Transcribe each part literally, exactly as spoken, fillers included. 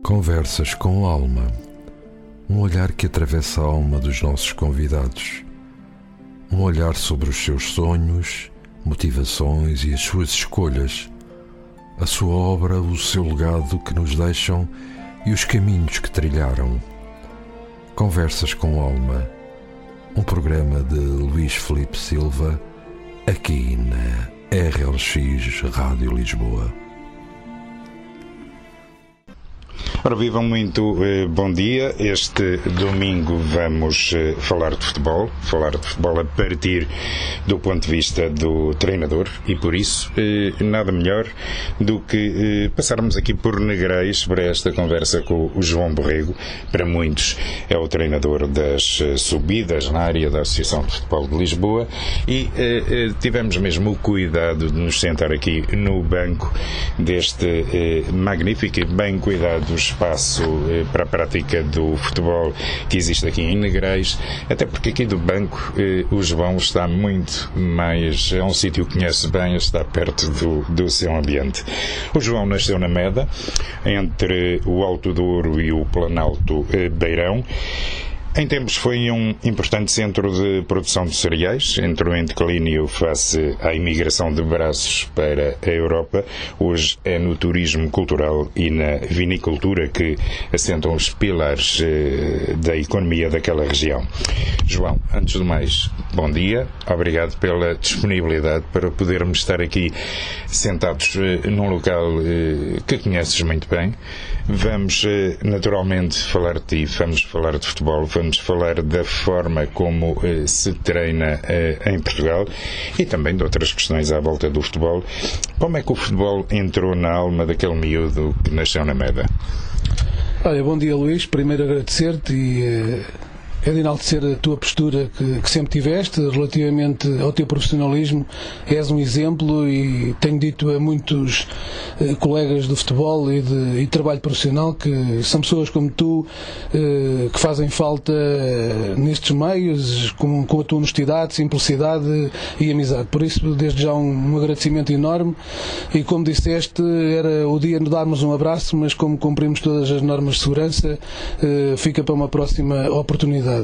Conversas com alma, um olhar que atravessa a alma dos nossos convidados, um olhar sobre os seus sonhos, motivações e as suas escolhas, a sua obra, o seu legado que nos deixam e os caminhos que trilharam. Conversas com alma, um programa de Luís Filipe Silva, aqui na R L X Rádio Lisboa. Ora, vivam muito, eh, bom dia. Este domingo vamos eh, falar de futebol, falar de futebol a partir do ponto de vista do treinador e por isso eh, nada melhor do que eh, passarmos aqui por Negreiros para esta conversa com o João Borrego. Para muitos é o treinador das eh, subidas na área da Associação de Futebol de Lisboa e eh, eh, tivemos mesmo o cuidado de nos sentar aqui no banco deste eh, magnífico e bem cuidado espaço eh, para a prática do futebol que existe aqui em Negreiros, até porque aqui do banco eh, o João está muito mais, é um sítio que conhece bem, está perto do, do seu ambiente. O João nasceu na Meda, entre o Alto Douro e o Planalto eh, Beirão. Em tempos foi um importante centro de produção de cereais, entrou em declínio face à imigração de braços para a Europa. Hoje é no turismo cultural e na vinicultura que assentam os pilares eh, da economia daquela região. João, antes de mais, bom dia, obrigado pela disponibilidade para podermos estar aqui sentados eh, num local eh, que conheces muito bem. Vamos eh, naturalmente falar de ti, vamos falar de futebol, vamos Vamos falar da forma como eh, se treina eh, em Portugal e também de outras questões à volta do futebol. Como é que o futebol entrou na alma daquele miúdo que nasceu na Meda? Olha, bom dia, Luís. Primeiro agradecer-te e eh, é de enaltecer a tua postura que, que sempre tiveste relativamente ao teu profissionalismo. És um exemplo e tenho dito a muitos eh, colegas do futebol e de e trabalho profissional que são pessoas como tu eh, que fazem falta eh, nestes meios com, com a tua honestidade, simplicidade e amizade. Por isso, desde já um, um agradecimento enorme e como disseste, era o dia de darmos um abraço, mas como cumprimos todas as normas de segurança, eh, fica para uma próxima oportunidade.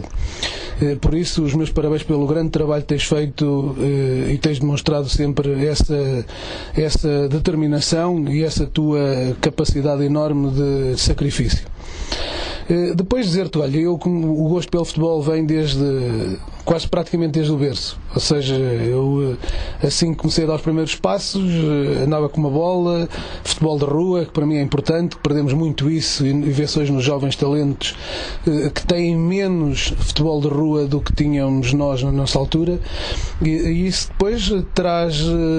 Por isso, os meus parabéns pelo grande trabalho que tens feito e tens demonstrado sempre essa, essa determinação e essa tua capacidade enorme de sacrifício. Depois de dizer-te, olha, eu o gosto pelo futebol vem desde, quase praticamente desde o berço, ou seja, eu assim que comecei a dar os primeiros passos, andava com uma bola, futebol de rua, que para mim é importante, perdemos muito isso e vê-se hoje nos jovens talentos que têm menos futebol de rua do que tínhamos nós na nossa altura, e, e isso depois traz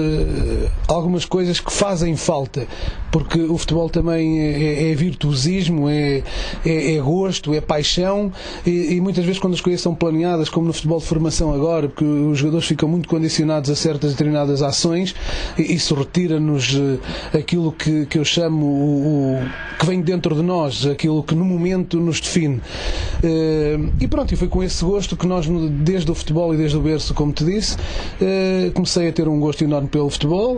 algumas coisas que fazem falta, porque o futebol também é, é virtuosismo, é, é, é gosto, é paixão e, e muitas vezes quando as coisas são planeadas, como no futebol de formação agora, porque os jogadores ficam muito condicionados a certas determinadas ações e isso retira-nos aquilo que, que eu chamo o, o que vem dentro de nós, aquilo que no momento nos define. E pronto, e foi com esse gosto que nós, desde o futebol e desde o berço, como te disse, comecei a ter um gosto enorme pelo futebol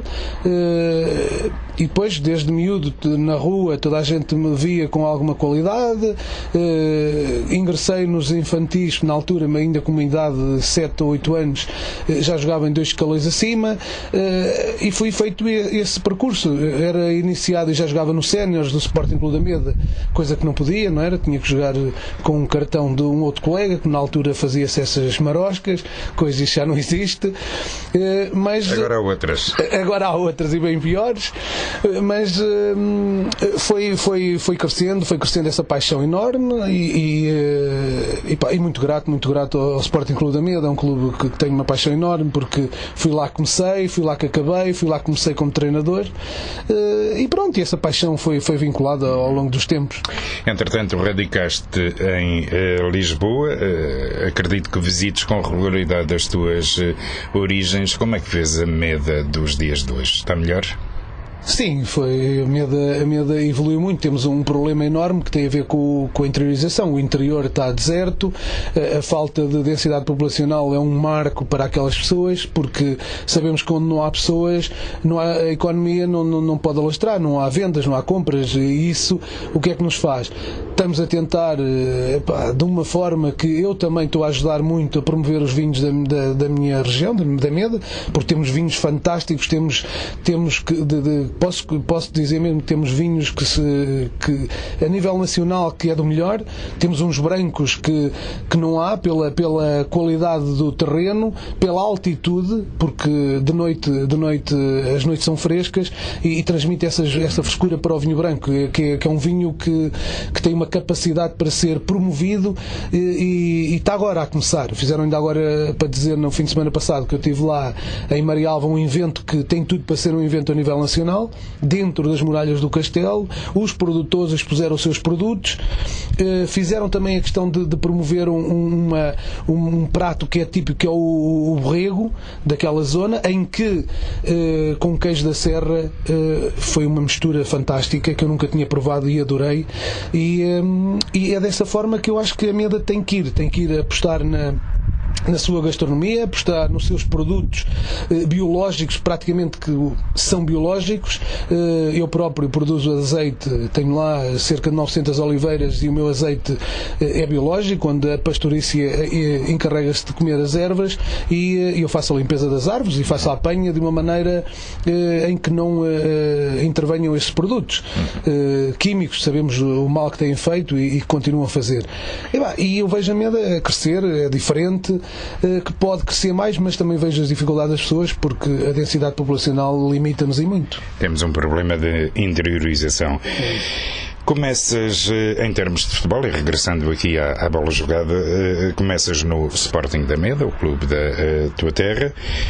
e depois, desde miúdo, na rua, toda a gente me via com alguma qualidade. Uh, ingressei nos infantis, na altura, ainda com uma idade de sete ou oito anos, uh, já jogava em dois escalões acima, uh, e fui feito esse percurso. Era iniciado e já jogava no séniores do Sporting Clube da Meda, coisa que não podia, não era? Tinha que jogar com um cartão de um outro colega, que na altura fazia-se essas maroscas, coisa que já não existe. Uh, mas, agora há outras. Agora há outras e bem piores, uh, mas uh, foi, foi, foi crescendo, foi crescendo essa paixão enorme e, e, e, pá, e muito grato, muito grato ao Sporting Clube da Meda, é um clube que, que tem uma paixão enorme, porque fui lá que comecei, fui lá que acabei, fui lá que comecei como treinador e pronto, e essa paixão foi, foi vinculada ao longo dos tempos. Entretanto, radicaste em uh, Lisboa, uh, acredito que visites com regularidade as tuas uh, origens. Como é que vês a Meda dos dias de hoje? Está melhor? Sim, foi, a Meda, a Meda evoluiu muito. Temos um problema enorme que tem a ver com, com a interiorização. O interior está deserto, a, a falta de densidade populacional é um marco para aquelas pessoas, porque sabemos que onde não há pessoas, não há, a economia não, não, não pode alastrar, não há vendas, não há compras, e isso o que é que nos faz? Estamos a tentar, epá, de uma forma que eu também estou a ajudar muito a promover os vinhos da, da, da minha região, da, da Meda, porque temos vinhos fantásticos, temos, temos que, de, de, posso, posso dizer mesmo que temos vinhos que, se, que a nível nacional que é do melhor, temos uns brancos que, que não há pela, pela qualidade do terreno, pela altitude, porque de noite, de noite as noites são frescas e, e transmite essas, essa frescura para o vinho branco, que é, que é um vinho que, que tem uma capacidade para ser promovido e, e, e está agora a começar. Fizeram ainda agora, para dizer, no fim de semana passado que eu estive lá em Marialva, um evento que tem tudo para ser um evento a nível nacional, dentro das muralhas do castelo. Os produtores expuseram os seus produtos, eh, fizeram também a questão de, de promover um, uma, um, um prato que é típico, que é o, o borrego daquela zona, em que eh, com queijo da serra eh, foi uma mistura fantástica que eu nunca tinha provado e adorei. E, um, e é dessa forma que eu acho que a Meda tem que ir, tem que ir apostar na, na sua gastronomia, apostar nos seus produtos eh, biológicos, praticamente que são biológicos. Eh, eu próprio produzo azeite, tenho lá cerca de novecentas oliveiras e o meu azeite eh, é biológico, onde a pastorícia eh, encarrega-se de comer as ervas, e eh, eu faço a limpeza das árvores e faço a apanha de uma maneira eh, em que não eh, intervenham esses produtos eh, químicos. Sabemos o mal que têm feito e, e continuam a fazer. E, bah, e eu vejo a Meda a crescer, é diferente, que pode crescer mais, mas também vejo as dificuldades das pessoas, porque a densidade populacional limita-nos e muito. Temos um problema de interiorização. Começas, em termos de futebol, e regressando aqui à, à bola jogada, começas no Sporting da Meda, o clube da tua terra.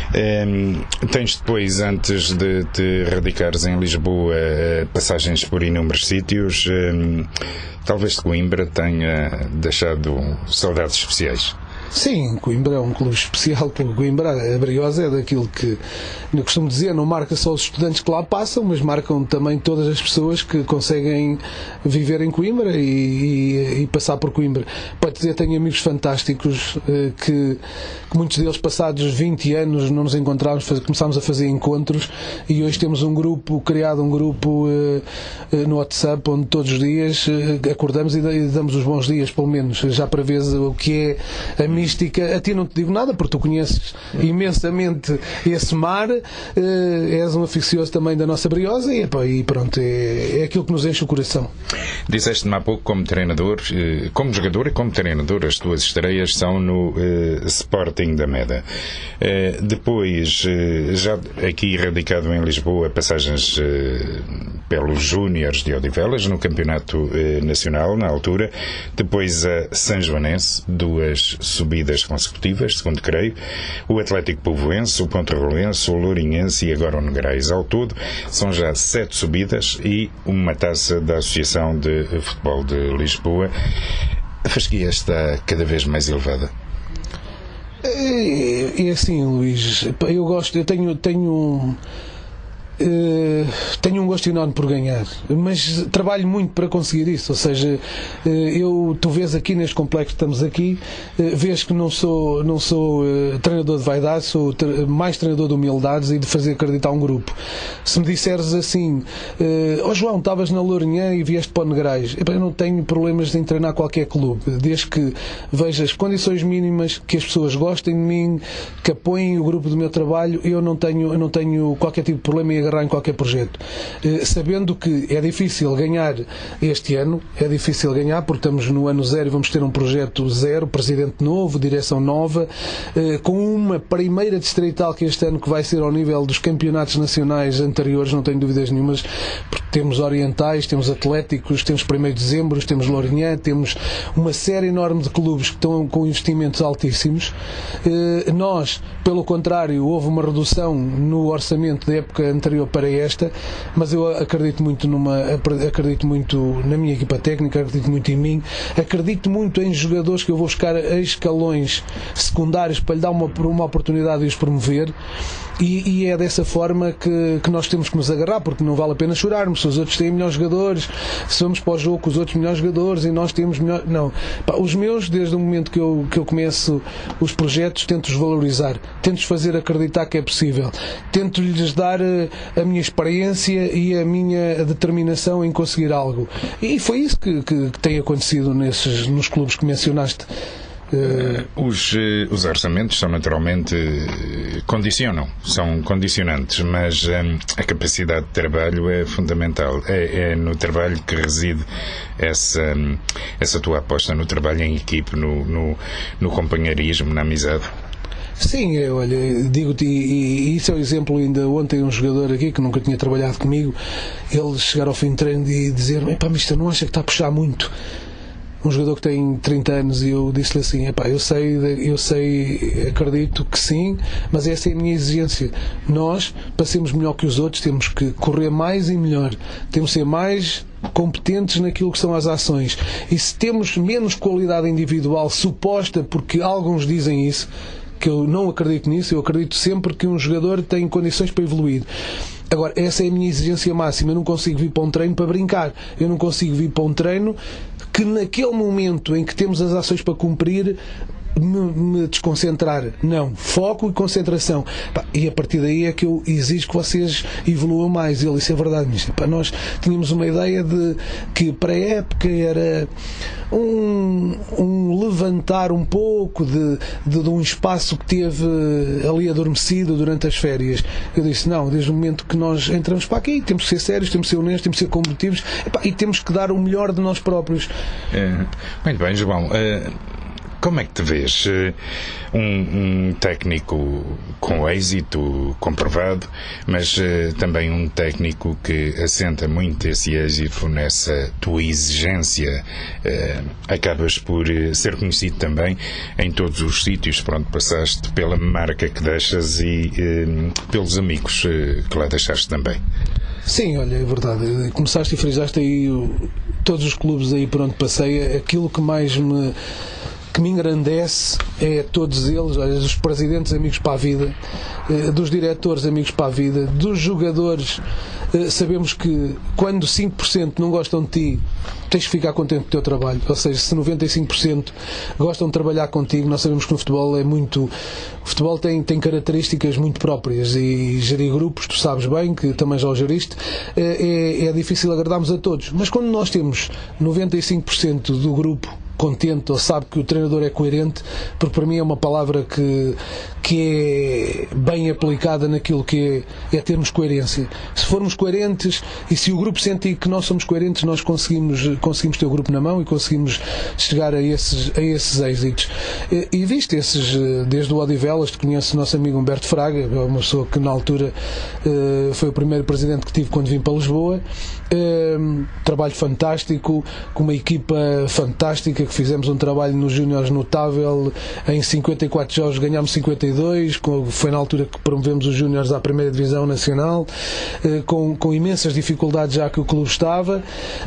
Tens depois, antes de te radicares em Lisboa, passagens por inúmeros sítios. Talvez de Coimbra tenha deixado saudades especiais. Sim, Coimbra é um clube especial, porque Coimbra, a Briosa, é daquilo que eu costumo dizer, não marca só os estudantes que lá passam, mas marcam também todas as pessoas que conseguem viver em Coimbra e, e, e passar por Coimbra. Pode dizer, tenho amigos fantásticos que, que muitos deles, passados vinte anos, não nos encontrávamos, faz, começámos a fazer encontros, e hoje temos um grupo, criado um grupo uh, uh, no WhatsApp, onde todos os dias uh, acordamos e, e damos os bons dias, pelo menos, já para ver o que é a mística. A ti não te digo nada, porque tu conheces imensamente esse mar, uh, és um aficionado também da nossa Briosa, e, epá, e pronto, é, é aquilo que nos enche o coração. Disseste-me há pouco, como treinador, como jogador e como treinador, as tuas estreias são no uh, Sporting da Meda. Uh, depois, uh, já aqui radicado em Lisboa, passagens uh, pelos Júniores de Odivelas, no Campeonato uh, Nacional, na altura. Depois a São Joanense, duas subidas consecutivas, segundo creio. O Atlético Povoense, o Pontarrolense, o Lourinhense e agora o Negrais. Ao todo, são já sete subidas e uma taça da Associação de Futebol de Lisboa. A fasquia está cada vez mais elevada. É, é assim, Luís, eu gosto, eu tenho, tenho Uh, tenho um gosto enorme por ganhar, mas trabalho muito para conseguir isso. Ou seja, uh, eu, tu vês aqui neste complexo que estamos aqui, uh, vês que não sou, não sou uh, treinador de vaidade, sou tre- mais treinador de humildades e de fazer acreditar um grupo. Se me disseres assim, ó uh, oh, João, estavas na Lourinhã e vieste para o Negrais, eu não tenho problemas em treinar qualquer clube, desde que veja as condições mínimas, que as pessoas gostem de mim, que apoiem o grupo do meu trabalho. Eu não tenho, eu não tenho qualquer tipo de problema em agarrar em qualquer projeto, sabendo que é difícil ganhar este ano, é difícil ganhar porque estamos no ano zero e vamos ter um projeto zero, presidente novo, direção nova, com uma primeira distrital que este ano que vai ser ao nível dos campeonatos nacionais anteriores, não tenho dúvidas nenhumas, porque temos orientais, temos atléticos, temos primeiro de dezembro, temos Lourinhã, temos uma série enorme de clubes que estão com investimentos altíssimos. Nós, pelo contrário, houve uma redução no orçamento da época anterior anterior para esta, mas eu acredito muito numa, acredito muito na minha equipa técnica, acredito muito em mim, acredito muito em jogadores que eu vou buscar a escalões secundários para lhe dar uma, uma oportunidade de os promover. E, e é dessa forma que, que nós temos que nos agarrar, porque não vale a pena chorarmos se os outros têm melhores jogadores, se vamos para o jogo com os outros melhores jogadores e nós temos melhor... Não. Pá, os meus, desde o momento que eu, que eu começo os projetos, tento-os valorizar, tento-os fazer acreditar que é possível, tento-lhes dar a minha experiência e a minha determinação em conseguir algo. E foi isso que, que, que tem acontecido nesses, nos clubes que mencionaste. Uh, os, uh, os orçamentos são naturalmente uh, condicionam, são condicionantes, mas um, a capacidade de trabalho é fundamental. É, é no trabalho que reside essa, um, essa tua aposta no trabalho em equipe, no, no, no companheirismo, na amizade. Sim, eu, olha, digo-te, e, e isso é o exemplo. Ainda ontem um jogador aqui que nunca tinha trabalhado comigo, ele chegar ao fim de treino e dizer: epá, mister, não acha que está a puxar muito? Um jogador que tem trinta anos, e eu disse-lhe assim: epá, eu sei, eu sei, acredito que sim, mas essa é a minha exigência. Nós, para sermos melhor que os outros, temos que correr mais e melhor, temos que ser mais competentes naquilo que são as ações, e se temos menos qualidade individual suposta, porque alguns dizem isso, que eu não acredito nisso, eu acredito sempre que um jogador tem condições para evoluir. Agora, essa é a minha exigência máxima. Eu não consigo vir para um treino para brincar, eu não consigo vir para um treino que naquele momento em que temos as ações para cumprir me, me desconcentrar. Não, foco e concentração. Pá, e a partir daí é que eu exijo que vocês evoluam mais. Ele, isso é verdade, mas pá, nós tínhamos uma ideia de que para a época era um, um levantar um pouco de, de, de um espaço que teve ali adormecido durante as férias. Eu disse: não, desde o momento que nós entramos para aqui, temos que ser sérios, temos que ser honestos, temos que ser competitivos, epá, e temos que dar o melhor de nós próprios. É, muito bem, João. Uh... Como é que te vês? Um, um técnico com êxito comprovado, mas uh, também um técnico que assenta muito esse êxito nessa tua exigência. Uh, acabas por uh, ser conhecido também em todos os sítios por onde passaste, pela marca que deixas e uh, pelos amigos uh, que lá deixaste também. Sim, olha, é verdade. Começaste e frisaste aí o, todos os clubes aí por onde passei. Aquilo que mais me que me engrandece é todos eles, olha, dos presidentes amigos para a vida, dos diretores amigos para a vida, dos jogadores. Sabemos que quando cinco por cento não gostam de ti, tens que ficar contente com o teu trabalho. Ou seja, se noventa e cinco por cento gostam de trabalhar contigo, nós sabemos que no futebol é muito... O futebol tem, tem características muito próprias, e gerir grupos, tu sabes bem, que também já o geriste, é, é difícil agradarmos a todos. Mas quando nós temos noventa e cinco por cento do grupo contente, ou sabe que o treinador é coerente, porque para mim é uma palavra que, que é bem aplicada naquilo que é, é termos coerência. Se formos coerentes, e se o grupo sentir que nós somos coerentes, nós conseguimos, conseguimos ter o grupo na mão e conseguimos chegar a esses, a esses êxitos. E, e viste esses, desde o Odivelas, te conheço o nosso amigo Humberto Fraga, é uma pessoa que na altura foi o primeiro presidente que tive quando vim para Lisboa. Trabalho fantástico, com uma equipa fantástica, que fizemos um trabalho nos júniores notável. Em cinquenta e quatro jogos ganhámos cinquenta e dois, foi na altura que promovemos os júniores à primeira divisão nacional, com, com imensas dificuldades já que o clube estava,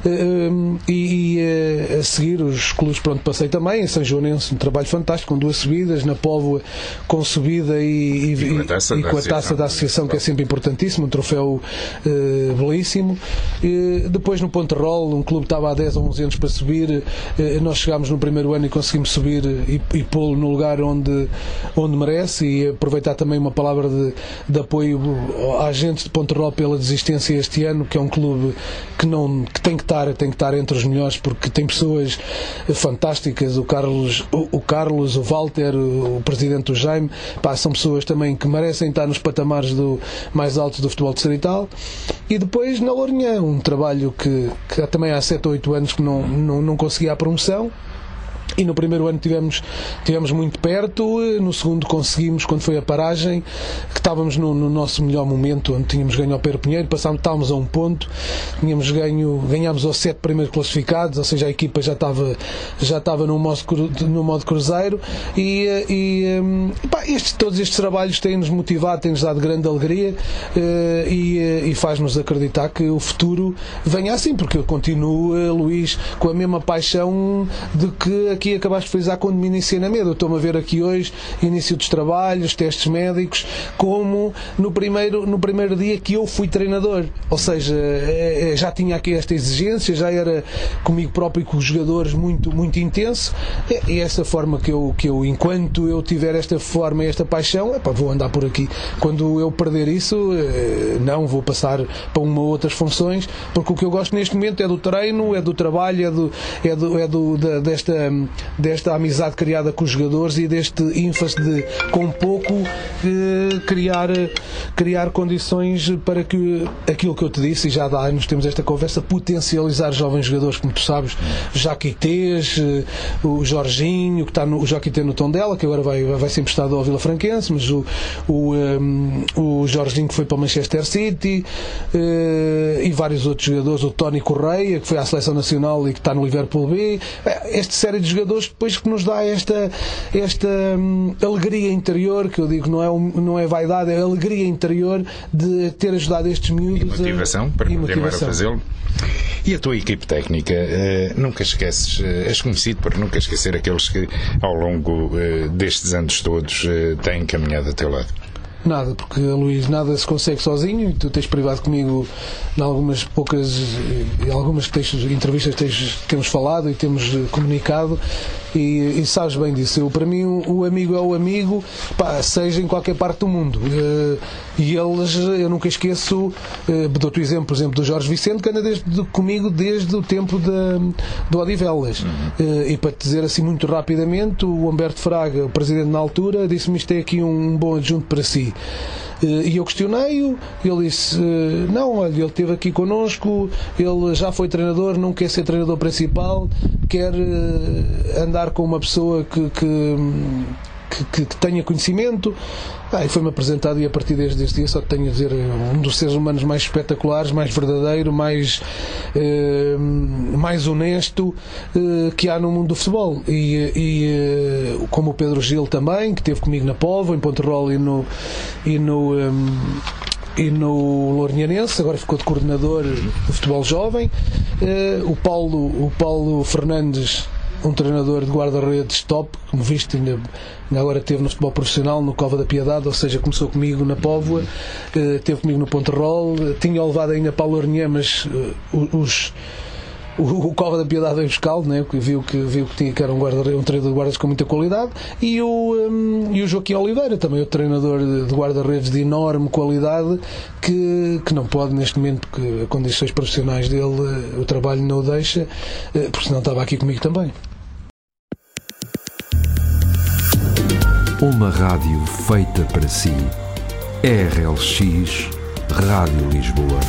e, e a seguir os clubes por onde passei também, em São Joanense, um trabalho fantástico, com duas subidas, na Póvoa com subida e, e, e, com, a taça, e, e com a taça da associação, que é sempre importantíssimo, um troféu uh, belíssimo. E depois no Ponterol, um clube que estava há dez ou onze anos para subir, uh, nós chegámos no primeiro ano e conseguimos subir e, e pô-lo no lugar onde, onde merece, e aproveitar também uma palavra de, de apoio à gente de Ponterol pela desistência este ano, que é um clube que, não, que tem que estar, tem que estar entre os melhores, porque tem pessoas fantásticas, o Carlos, o, o Carlos, o Walter, o, o presidente, o Jaime, pá, são pessoas também que merecem estar nos patamares do, mais altos do futebol distrital. E depois na Lourinhã, um trabalho que, que também há sete ou oito anos que não, não, não conseguia a promoção, E no primeiro ano tivemos, tivemos muito perto, no segundo conseguimos, quando foi a paragem, que estávamos no, no nosso melhor momento, onde tínhamos ganho ao Pedro Pinheiro, passámos, estávamos a um ponto, tínhamos ganho, ganhámos aos sete primeiros classificados, ou seja, a equipa já estava, já estava no modo, no modo cruzeiro, e, e pá, estes, todos estes trabalhos têm-nos motivado, têm-nos dado grande alegria, e, e faz-nos acreditar que o futuro venha assim, porque eu continuo, Luís, com a mesma paixão de que aqui acabaste de frisar quando me iniciei na MED. Eu estou-me a ver aqui hoje, início dos trabalhos, testes médicos, como no primeiro, no primeiro dia que eu fui treinador. Ou seja, já tinha aqui esta exigência, já era comigo próprio e com os jogadores muito, muito intenso, e essa forma que eu, que eu, enquanto eu tiver esta forma e esta paixão, epá, vou andar por aqui. Quando eu perder isso, não vou passar para uma ou outras funções, porque o que eu gosto neste momento é do treino, é do trabalho, é do, é do, é do da, desta desta amizade criada com os jogadores e deste ênfase de, com pouco, eh, criar, criar condições para que aquilo que eu te disse, e já há anos temos esta conversa, potencializar jovens jogadores, como tu sabes, Jaquitês, eh, o Jorginho, que está no, o Jaquitê no Tondela, que agora vai, vai ser emprestado ao Vila Franquense, mas o, o, um, o Jorginho que foi para o Manchester City, eh, e vários outros jogadores, o Tony Correia, que foi à Seleção Nacional e que está no Liverpool B, esta série de jogadores depois que nos dá esta, esta hum, alegria interior, que eu digo não é, um, não é vaidade, é alegria interior de ter ajudado estes miúdos. E motivação a, para continuar a fazê-lo. E a tua equipe técnica, eh, nunca esqueces, eh, és conhecido por nunca esquecer aqueles que ao longo eh, destes anos todos eh, têm caminhado a teu lado? Nada, porque, Luís, nada se consegue sozinho, e tu tens privado comigo em algumas poucas, em algumas tens, entrevistas tens, temos falado e temos comunicado, e, e sabes bem disso. Eu, para mim, o, o amigo é o amigo, pá, seja em qualquer parte do mundo. E eles, eu nunca esqueço, dou-te o exemplo, por exemplo, do Jorge Vicente, que anda desde, comigo desde o tempo de, do Odivelas. Uhum. E para te dizer assim muito rapidamente, o Humberto Fraga, o presidente na altura, disse-me: isto é aqui um bom adjunto para si. E eu questionei-o, ele disse: não, olha, ele esteve aqui connosco, ele já foi treinador, não quer ser treinador principal, quer andar com uma pessoa que, que, que, que tenha conhecimento. Ah, e foi-me apresentado, e a partir deste dia só tenho a dizer, um dos seres humanos mais espetaculares, mais verdadeiro, mais, eh, mais honesto eh, que há no mundo do futebol. E, e eh, como o Pedro Gil também, que esteve comigo na Póvoa, em Ponterol e no, e no, um, e no Lourinhanense, agora ficou de coordenador do futebol jovem. Eh, o Paulo, o Paulo Fernandes, um treinador de guarda-redes top, como viste, ainda, ainda agora esteve no futebol profissional, no Cova da Piedade, ou seja, começou comigo na Póvoa, eh, esteve comigo no Ponterol, tinha levado ainda para a Lourinhã, mas uh, os, o, o Cova da Piedade veio buscá-lo, né, viu que, viu que, tinha, que era um, guarda, um treinador de guardas com muita qualidade, e o, um, e o Joaquim Oliveira, também outro treinador de, de guarda-redes de enorme qualidade, que, que não pode neste momento, porque as condições profissionais dele, o trabalho não o deixa, porque senão estava aqui comigo também. Uma rádio feita para si. R L X Rádio Lisboa.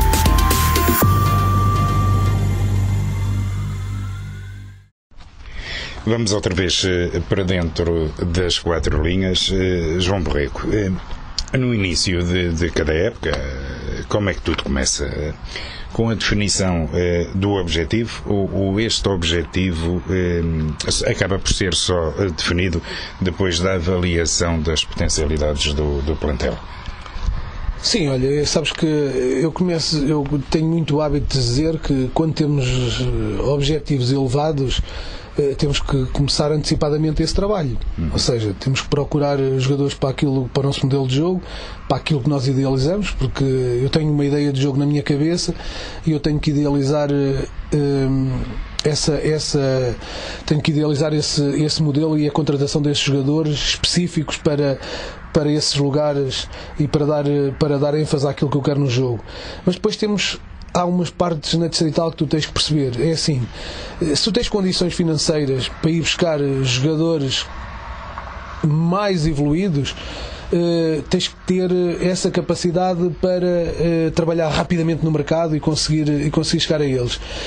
Vamos outra vez para dentro das quatro linhas. João Borrego, no início de, de cada época, como é que tudo começa? Com a definição eh, do objetivo, ou, ou este objetivo eh, acaba por ser só eh, definido depois da avaliação das potencialidades do, do plantel? Sim, olha, sabes que eu começo, eu tenho muito hábito de dizer que quando temos objetivos elevados, temos que começar antecipadamente esse trabalho. Uhum. Ou seja, temos que procurar jogadores para aquilo, para o nosso modelo de jogo, para aquilo que nós idealizamos, porque eu tenho uma ideia de jogo na minha cabeça e eu tenho que idealizar um, essa, essa, tenho que idealizar esse, esse modelo e a contratação desses jogadores específicos para para esses lugares e para dar, para dar ênfase àquilo que eu quero no jogo. Mas depois temos há umas partes na distrital que tu tens que perceber. É assim, se tu tens condições financeiras para ir buscar jogadores mais evoluídos, Uh, tens que ter essa capacidade para uh, trabalhar rapidamente no mercado e conseguir, e conseguir chegar a eles.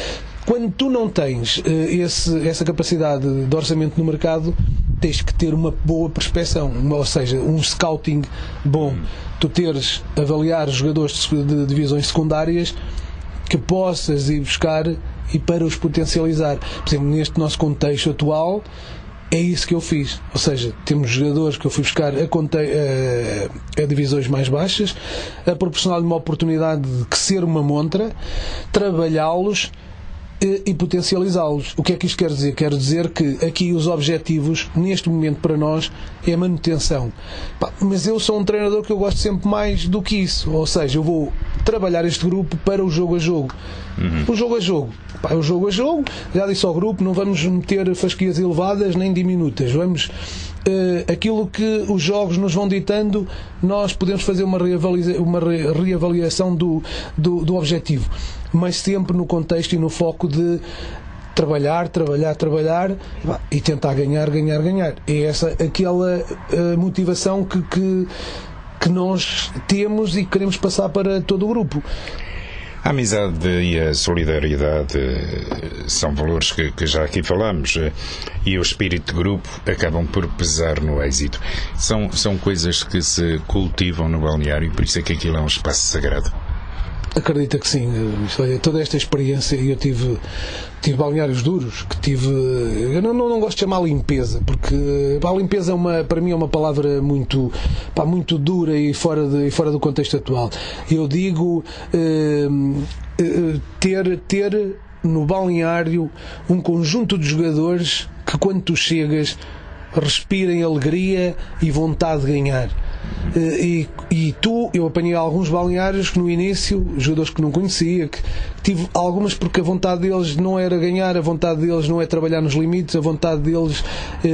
quando tu não tens uh, esse, essa capacidade de orçamento no mercado, tens que ter uma boa perspeção, uma, ou seja, um scouting bom. Tu teres, avaliar jogadores de, de divisões secundárias que possas ir buscar e para os potencializar. Por exemplo, neste nosso contexto atual, é isso que eu fiz. Ou seja, temos jogadores que eu fui buscar a, conte- a, a divisões mais baixas, a proporcionar-lhe uma oportunidade de crescer uma montra, trabalhá-los e, e potencializá-los. O que é que isto quer dizer? Quer dizer que aqui os objetivos, neste momento para nós, é a manutenção. Pá, mas eu sou um treinador que eu gosto sempre mais do que isso. Ou seja, eu vou trabalhar este grupo para o jogo a jogo. Uhum. O jogo a jogo. Pá, o jogo a jogo, já disse ao grupo, não vamos meter fasquias elevadas nem diminutas. Vamos, uh, aquilo que os jogos nos vão ditando, nós podemos fazer uma, reavalia, uma re, reavaliação do, do, do objetivo. Mas sempre no contexto e no foco de trabalhar, trabalhar, trabalhar e tentar ganhar, ganhar, ganhar. É essa aquela uh, motivação que, que, que nós temos e queremos passar para todo o grupo. A amizade e a solidariedade são valores que, que já aqui falamos, e o espírito de grupo acabam por pesar no êxito. São, são coisas que se cultivam no balneário, por isso é que aquilo é um espaço sagrado. Acredita que sim. Olha, toda esta experiência, eu tive, tive balneários duros, que tive, eu não, não, não gosto de chamar limpeza, porque pá, a limpeza é uma, para mim é uma palavra muito, pá, muito dura e fora, de, e fora do contexto atual. Eu digo eh, eh, ter, ter no balneário um conjunto de jogadores que quando tu chegas respirem alegria e vontade de ganhar. E, e tu, eu apanhei alguns balneários que no início, jogadores que não conhecia, que tive algumas porque a vontade deles não era ganhar, a vontade deles não é trabalhar nos limites, a vontade deles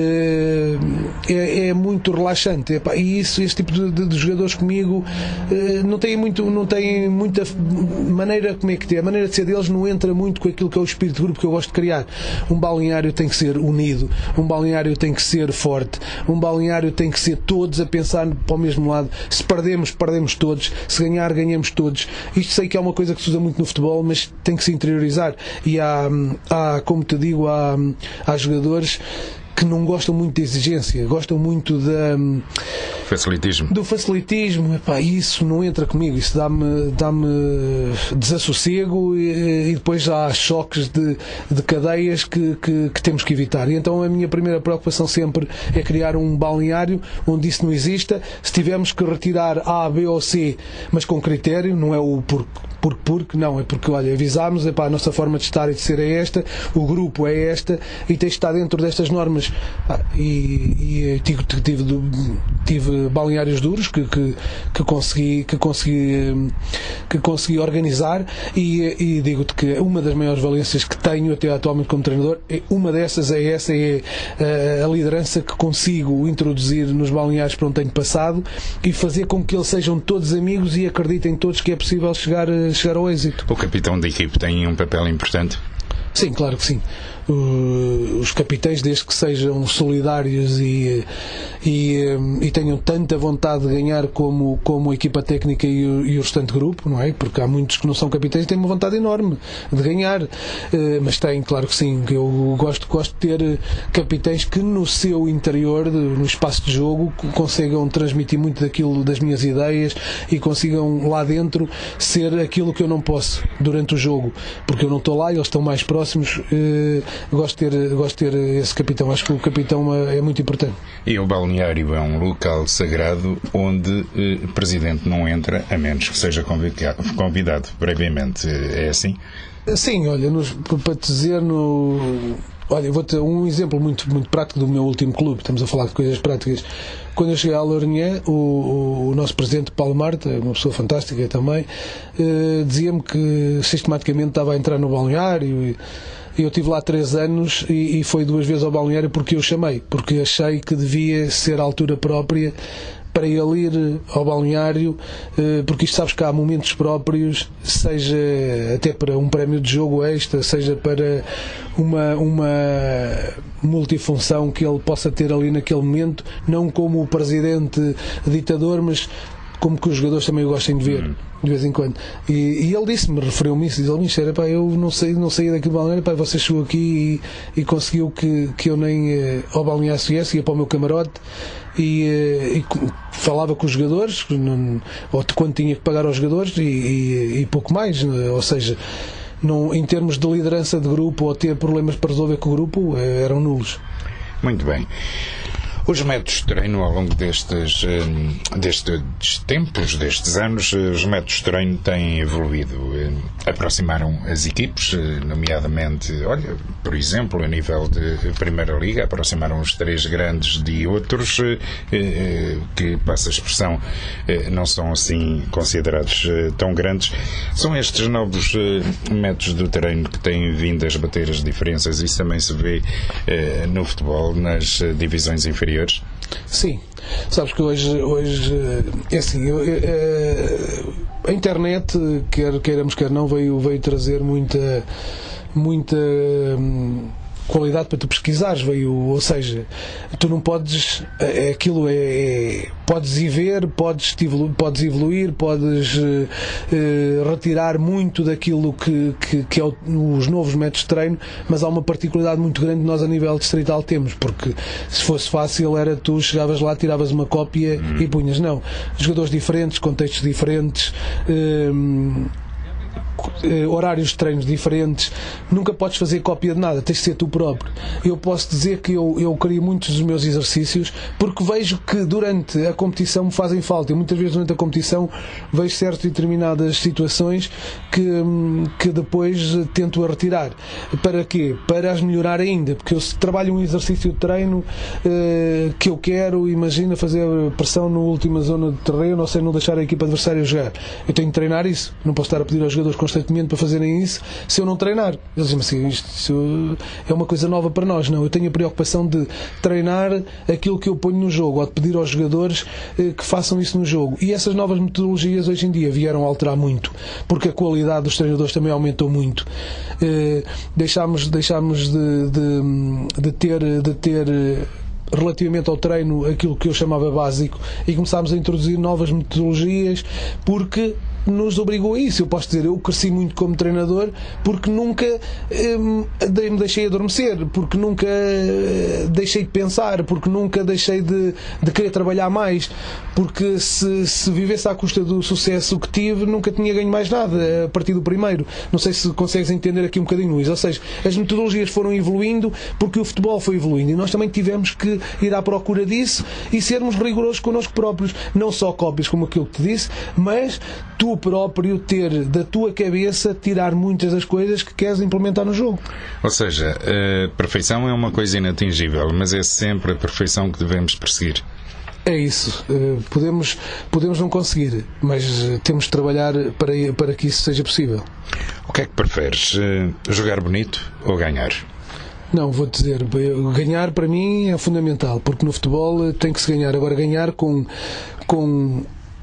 é, é, é muito relaxante. Epá, e isso, esse tipo de, de, de jogadores comigo é, não tem muito, não tem muita maneira, como é que é, a maneira de ser deles não entra muito com aquilo que é o espírito de grupo que eu gosto de criar. Um balneário tem que ser unido, um balneário tem que ser forte, um balneário tem que ser todos a pensar para o mesmo lado. Se perdemos, perdemos todos. Se ganhar, ganhamos todos. Isto sei que é uma coisa que se usa muito no futebol, mas tem que se interiorizar. E há, há como te digo, há, há jogadores que não gostam muito de exigência, gostam muito da, facilitismo. do facilitismo. Epá, isso não entra comigo, isso dá-me, dá-me desassossego e, e depois há choques de, de cadeias que, que, que temos que evitar. E então a minha primeira preocupação sempre é criar um balneário onde isso não exista. Se tivermos que retirar A, B ou C, mas com critério, não é o porque, porque, porque não, é porque, olha, avisámos, epá, a nossa forma de estar e de ser é esta, o grupo é esta e tem de estar dentro destas normas. Ah, e, e tive, tive, tive balneários duros que, que, que, consegui, que, consegui, que consegui organizar e, e digo-te que uma das maiores valências que tenho até atualmente como treinador, uma dessas é essa, é a, a liderança que consigo introduzir nos balneários para onde tenho passado e fazer com que eles sejam todos amigos e acreditem todos que é possível chegar, chegar ao êxito. O capitão da equipe tem um papel importante? Sim, claro que sim. Uh, os capitães, desde que sejam solidários e, e, e tenham tanta vontade de ganhar como, como a equipa técnica e o, e o restante grupo, não é? Porque há muitos que não são capitães e têm uma vontade enorme de ganhar, uh, mas têm, claro que sim. Eu gosto, gosto de ter capitães que no seu interior, no espaço de jogo, consigam transmitir muito daquilo, das minhas ideias e consigam lá dentro ser aquilo que eu não posso durante o jogo, porque eu não estou lá e eles estão mais próximos. Uh, Gosto de, ter, gosto de ter esse capitão. Acho que o capitão é muito importante. E o balneário é um local sagrado onde eh, o presidente não entra a menos que seja convidado, convidado brevemente. É assim? Sim, olha, nos, para te dizer no... Olha, vou ter um exemplo muito, muito prático do meu último clube. Estamos a falar de coisas práticas. Quando eu cheguei à Lourinhã, o, o, o nosso presidente Paulo Marta, uma pessoa fantástica também, eh, dizia-me que sistematicamente estava a entrar no balneário e eu estive lá três anos e, e foi duas vezes ao balneário porque eu chamei, porque achei que devia ser a altura própria para ele ir ao balneário, porque isto sabes que há momentos próprios, seja até para um prémio de jogo extra, seja para uma, uma multifunção que ele possa ter ali naquele momento, não como o presidente ditador, mas como que os jogadores também o gostem de ver. de vez em quando. E, e ele disse-me, referiu-me isso, disse ele, pá, eu não saí, não saí daqui do balneário, pá, você chegou aqui e, e conseguiu que, que eu nem eh, ao balneário viesse, ia para o meu camarote e, eh, e falava com os jogadores, não, ou quando tinha que pagar aos jogadores e, e, e pouco mais, ou seja, não, em termos de liderança de grupo ou ter problemas para resolver com o grupo, eh, eram nulos. Muito bem. Os métodos de treino ao longo destes, destes tempos, destes anos, os métodos de treino têm evoluído. Aproximaram as equipes, nomeadamente, olha, por exemplo, a nível de Primeira Liga, aproximaram os três grandes de outros que, passa a expressão, não são assim considerados tão grandes. São estes novos métodos de treino que têm vindo a esbater as diferenças. Isso também se vê no futebol, nas divisões inferiores. Sim, sabes que hoje, hoje é assim, eu, eu, a internet, quer queiramos quer não, veio, veio trazer muita, muita hum, qualidade para tu pesquisares, veio, ou seja, tu não podes, aquilo é, é podes ir ver, podes evoluir, podes, evoluir, podes uh, retirar muito daquilo que, que, que é o, os novos métodos de treino, mas há uma particularidade muito grande que nós a nível distrital temos, porque se fosse fácil era tu chegavas lá, tiravas uma cópia hum. e punhas, não, jogadores diferentes, contextos diferentes, uh, horários de treinos diferentes, nunca podes fazer cópia de nada, tens de ser tu próprio. Eu posso dizer que eu, eu crio muitos dos meus exercícios porque vejo que durante a competição me fazem falta, e muitas vezes durante a competição vejo certas e determinadas situações que, que depois tento a retirar. Para quê? Para as melhorar ainda, porque eu se trabalho um exercício de treino eh, que eu quero, imagina fazer pressão na última zona de terreno, ou seja, não deixar a equipa adversária jogar, eu tenho que treinar isso, não posso estar a pedir aos jogadores constantemente para fazerem isso se eu não treinar. Eles dizem assim, isto, isto é uma coisa nova para nós. Não, eu tenho a preocupação de treinar aquilo que eu ponho no jogo, ou de pedir aos jogadores eh, que façam isso no jogo. E essas novas metodologias hoje em dia vieram a alterar muito, porque a qualidade dos treinadores também aumentou muito. Eh, deixámos, deixámos de, de, de ter, de ter relativamente ao treino aquilo que eu chamava básico e começámos a introduzir novas metodologias porque nos obrigou a isso. Eu posso dizer, eu cresci muito como treinador porque nunca hum, me deixei adormecer, porque nunca uh, deixei de pensar, porque nunca deixei de, de querer trabalhar mais, porque se, se vivesse à custa do sucesso que tive, nunca tinha ganho mais nada a partir do primeiro. Não sei se consegues entender aqui um bocadinho, Luís. Ou seja, as metodologias foram evoluindo porque o futebol foi evoluindo e nós também tivemos que ir à procura disso e sermos rigorosos connosco próprios, não só cópias como aquilo que te disse, mas tu próprio ter da tua cabeça tirar muitas das coisas que queres implementar no jogo. Ou seja, a perfeição é uma coisa inatingível, mas é sempre a perfeição que devemos perseguir. É isso. Podemos, podemos não conseguir, mas temos de trabalhar para, para que isso seja possível. O que é que preferes? Jogar bonito ou ganhar? Não, vou-te dizer, ganhar para mim é fundamental, porque no futebol tem que se ganhar. Agora, ganhar com... com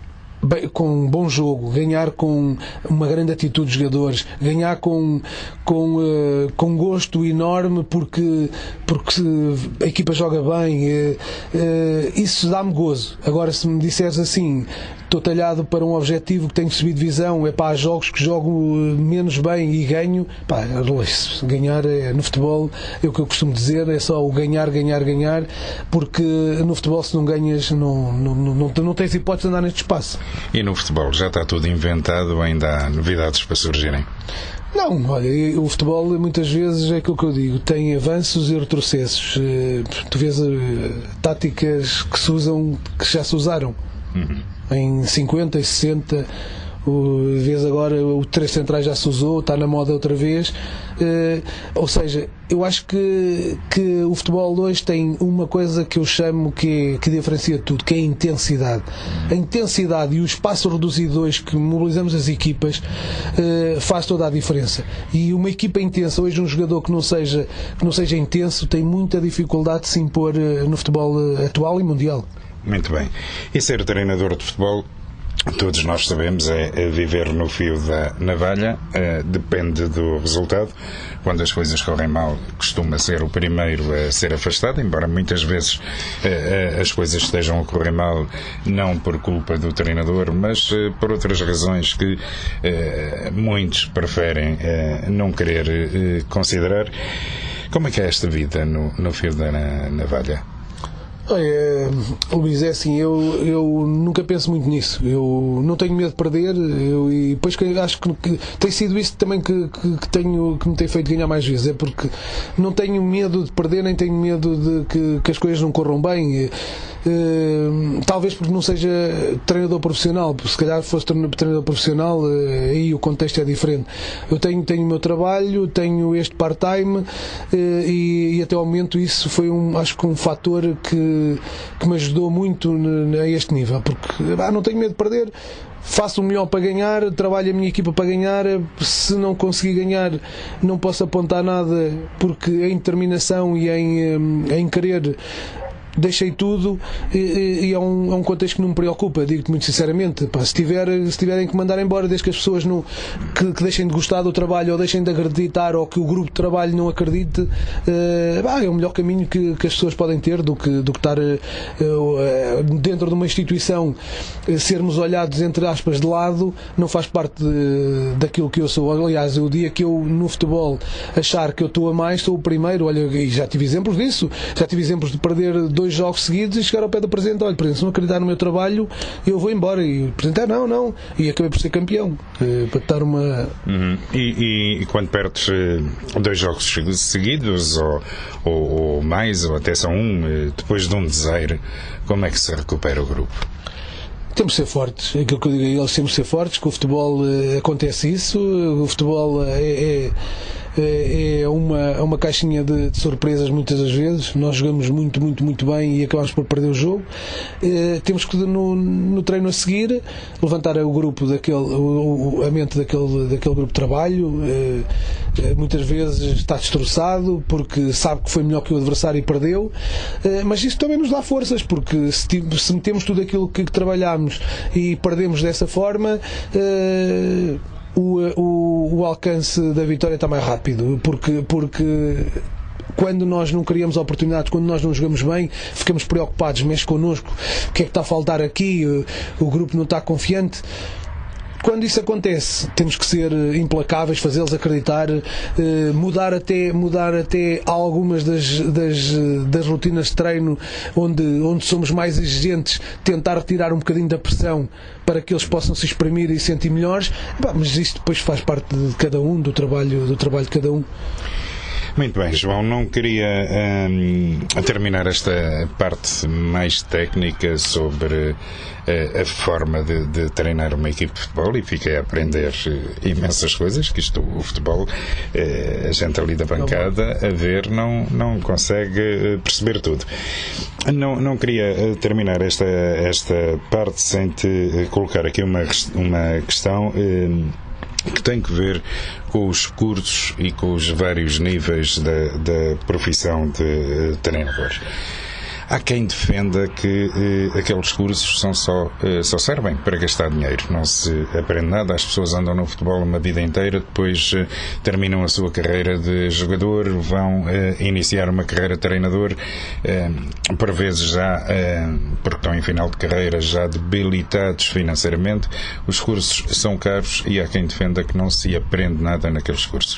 com um bom jogo, ganhar com uma grande atitude dos jogadores, ganhar com, com, uh, com gosto enorme porque, porque a equipa joga bem, uh, uh, isso dá-me gozo. Agora, se me disseres assim, estou talhado para um objetivo que tenho que subir de divisão, é para há jogos que jogo menos bem e ganho, pá, ganhar é, no futebol é o que eu costumo dizer, é só o ganhar, ganhar, ganhar, porque no futebol se não ganhas não, não, não, não, não tens hipótese de andar neste espaço. E no futebol já está tudo inventado ou ainda há novidades para surgirem? Não, olha, o futebol muitas vezes é aquilo que eu digo, tem avanços e retrocessos. Tu vês táticas que se usam, que já se usaram uhum. em cinquenta e sessenta. O, vês agora o três centrais já se usou, está na moda outra vez, uh, ou seja, eu acho que, que o futebol hoje tem uma coisa que eu chamo que, que diferencia tudo, que é a intensidade. A intensidade e o espaço reduzido hoje que mobilizamos as equipas uh, faz toda a diferença. E uma equipa intensa, hoje um jogador que não seja, que não seja intenso tem muita dificuldade de se impor uh, no futebol uh, atual e mundial. Muito bem. E ser treinador de futebol todos nós sabemos, é, é viver no fio da navalha, uh, depende do resultado. Quando as coisas correm mal, costuma ser o primeiro a ser afastado, embora muitas vezes uh, uh, as coisas estejam a correr mal, não por culpa do treinador, mas uh, por outras razões que uh, muitos preferem uh, não querer uh, considerar. Como é que é esta vida no, no fio da navalha? Olha, Luís, é assim, eu, eu nunca penso muito nisso. Eu não tenho medo de perder, eu, e depois que acho que, que tem sido isso também que, que, que, tenho, que me tem feito ganhar mais vezes. É porque não tenho medo de perder, nem tenho medo de que, que as coisas não corram bem. Uh, talvez porque não seja treinador profissional, se calhar fosse treinador profissional, uh, aí o contexto é diferente. Eu tenho, tenho o meu trabalho, tenho este part-time, uh, e, e até ao momento isso foi um, acho que um fator que, que me ajudou muito a este nível, porque ah, não tenho medo de perder, faço o melhor para ganhar, trabalho a minha equipa para ganhar. Se não conseguir ganhar, não posso apontar nada, porque em determinação e em, em querer deixei tudo, e, e é, um, é um contexto que não me preocupa, digo-te muito sinceramente. Pá, se, tiver, se tiverem que mandar embora, desde que as pessoas não, que, que deixem de gostar do trabalho, ou deixem de acreditar, ou que o grupo de trabalho não acredite, uh, bah, é o melhor caminho que, que as pessoas podem ter do que, do que estar uh, uh, dentro de uma instituição, uh, sermos olhados entre aspas de lado. Não faz parte de, daquilo que eu sou. Aliás, o dia que eu no futebol achar que eu estou a mais, sou o primeiro. Olha, e já tive exemplos disso, já tive exemplos de perder dois jogos seguidos e chegar ao pé do presidente: olha, presidente, se não acreditar no meu trabalho, eu vou embora. E o presidente: ah, não, não. E acabei por ser campeão, eh, para dar uma... Uhum. E, e quando perdes eh, dois jogos seguidos, ou, ou, ou mais, ou até só um, eh, depois de um desaire, como é que se recupera o grupo? Temos de ser fortes, é aquilo que eu digo a eles: temos de ser fortes, que o futebol eh, acontece isso, o futebol é, é, é uma, uma caixinha de, de surpresas muitas das vezes. Nós jogamos muito, muito, muito bem e acabamos por perder o jogo. Eh, temos que no, no treino a seguir levantar o grupo daquele, o, a mente daquele, daquele grupo de trabalho. Eh, muitas vezes está destroçado porque sabe que foi melhor que o adversário e perdeu, eh, mas isso também nos dá forças, porque se, se metemos tudo aquilo que, que trabalhámos e perdemos dessa forma, uh, o, o, o alcance da vitória está mais rápido, porque, porque quando nós não criamos oportunidades, quando nós não jogamos bem, ficamos preocupados, mexe connosco, o que é que está a faltar aqui, o, o grupo não está confiante. Quando isso acontece, temos que ser implacáveis, fazê-los acreditar, mudar até, mudar até algumas das, das, das rotinas de treino onde, onde somos mais exigentes, tentar retirar um bocadinho da pressão para que eles possam se exprimir e sentir melhores. Mas isso depois faz parte de cada um, do trabalho, do trabalho de cada um. Muito bem, João, não queria hum, terminar esta parte mais técnica sobre uh, a forma de, de treinar uma equipe de futebol, e fiquei a aprender uh, imensas coisas, que isto, o futebol, uh, a gente ali da bancada a ver não, não consegue perceber tudo. Não, não queria uh, terminar esta, esta parte sem te uh, colocar aqui uma, uma questão uh, que tem que ver com os cursos e com os vários níveis da, da profissão de uh, treinador. Há quem defenda que eh, aqueles cursos são só, eh, só servem para gastar dinheiro. Não se aprende nada, as pessoas andam no futebol uma vida inteira, depois eh, terminam a sua carreira de jogador, vão eh, iniciar uma carreira de treinador, eh, por vezes já, eh, porque estão em final de carreira, já debilitados financeiramente. Os cursos são caros e há quem defenda que não se aprende nada naqueles cursos.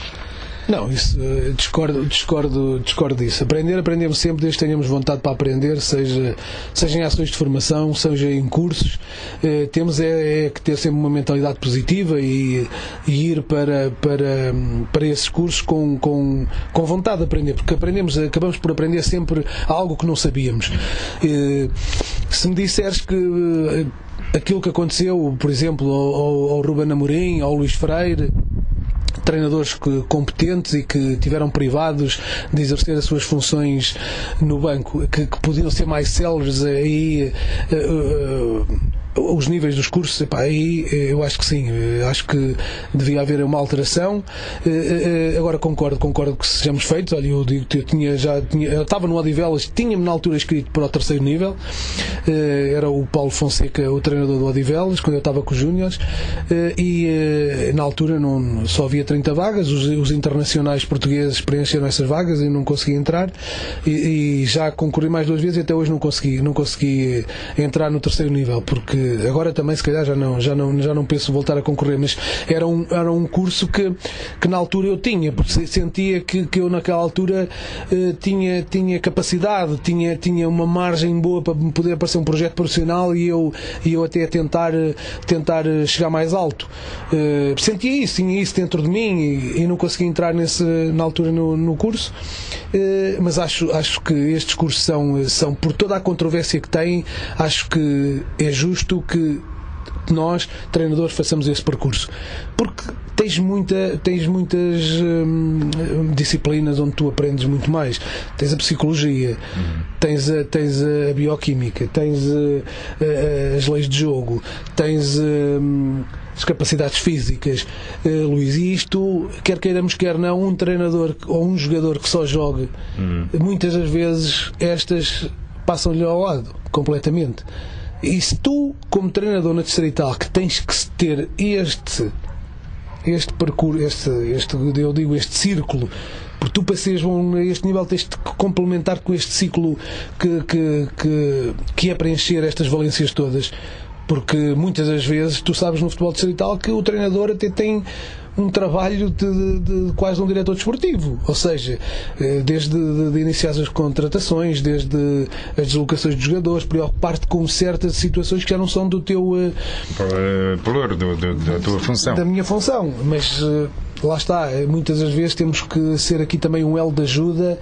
Não, isso, discordo, discordo, discordo disso. Aprender, aprendemos sempre, desde que tenhamos vontade para aprender, seja, seja em ações de formação, seja em cursos. Eh, temos é, é que ter sempre uma mentalidade positiva e, e ir para, para, para esses cursos com, com, com vontade de aprender, porque aprendemos, acabamos por aprender sempre algo que não sabíamos. Eh, se me disseres que eh, aquilo que aconteceu, por exemplo, ao, ao Ruben Amorim, ao Luís Freire, treinadores que, competentes e que tiveram privados de exercer as suas funções no banco, que, que podiam ser mais céleres aí uh, uh, os níveis dos cursos, epá, aí eu acho que sim, acho que devia haver uma alteração. Agora concordo, concordo que sejamos feitos. Olha, eu digo que eu tinha, já tinha, eu estava no Odivelas, tinha-me na altura escrito para o terceiro nível, era o Paulo Fonseca, o treinador do Odivelas, quando eu estava com os Júniores, e na altura não, só havia trinta vagas, os, os internacionais portugueses preencheram essas vagas e não consegui entrar, e, e já concorri mais duas vezes e até hoje não consegui, não consegui entrar no terceiro nível, porque agora também se calhar já não, já não, já não penso voltar a concorrer, mas era um, era um curso que, que na altura eu tinha, porque sentia que, que eu naquela altura eh, tinha, tinha capacidade, tinha, tinha uma margem boa para poder aparecer um projeto profissional e eu, e eu até tentar, tentar chegar mais alto. Eh, sentia isso, tinha isso dentro de mim e, e não conseguia entrar nesse, na altura no, no curso, eh, mas acho, acho que estes cursos são, são, por toda a controvérsia que têm, acho que é justo que nós, treinadores, façamos esse percurso, porque tens, muita, tens muitas hum, disciplinas onde tu aprendes muito mais. Tens a psicologia, uhum. tens, a, tens a bioquímica, tens a, a, as leis de jogo, tens hum, as capacidades físicas, uh, Luís, e isto, quer queiramos quer não, um treinador ou um jogador que só joga, uhum. muitas das vezes estas passam-lhe ao lado completamente. E se tu, como treinador na Distrital, que tens que ter este este percurso, este, este, eu digo este círculo, porque tu para seres bom a este nível tens de complementar com este ciclo que, que, que, que é preencher estas valências todas, porque muitas das vezes tu sabes no futebol distrital que o treinador até tem um trabalho de, de, de quase um diretor desportivo, ou seja, desde de, de iniciar as contratações, desde as deslocações dos jogadores, preocupar-te com certas situações que já não são do teu valor, do, do, da tua função, da minha função, mas lá está, muitas das vezes temos que ser aqui também um elo de ajuda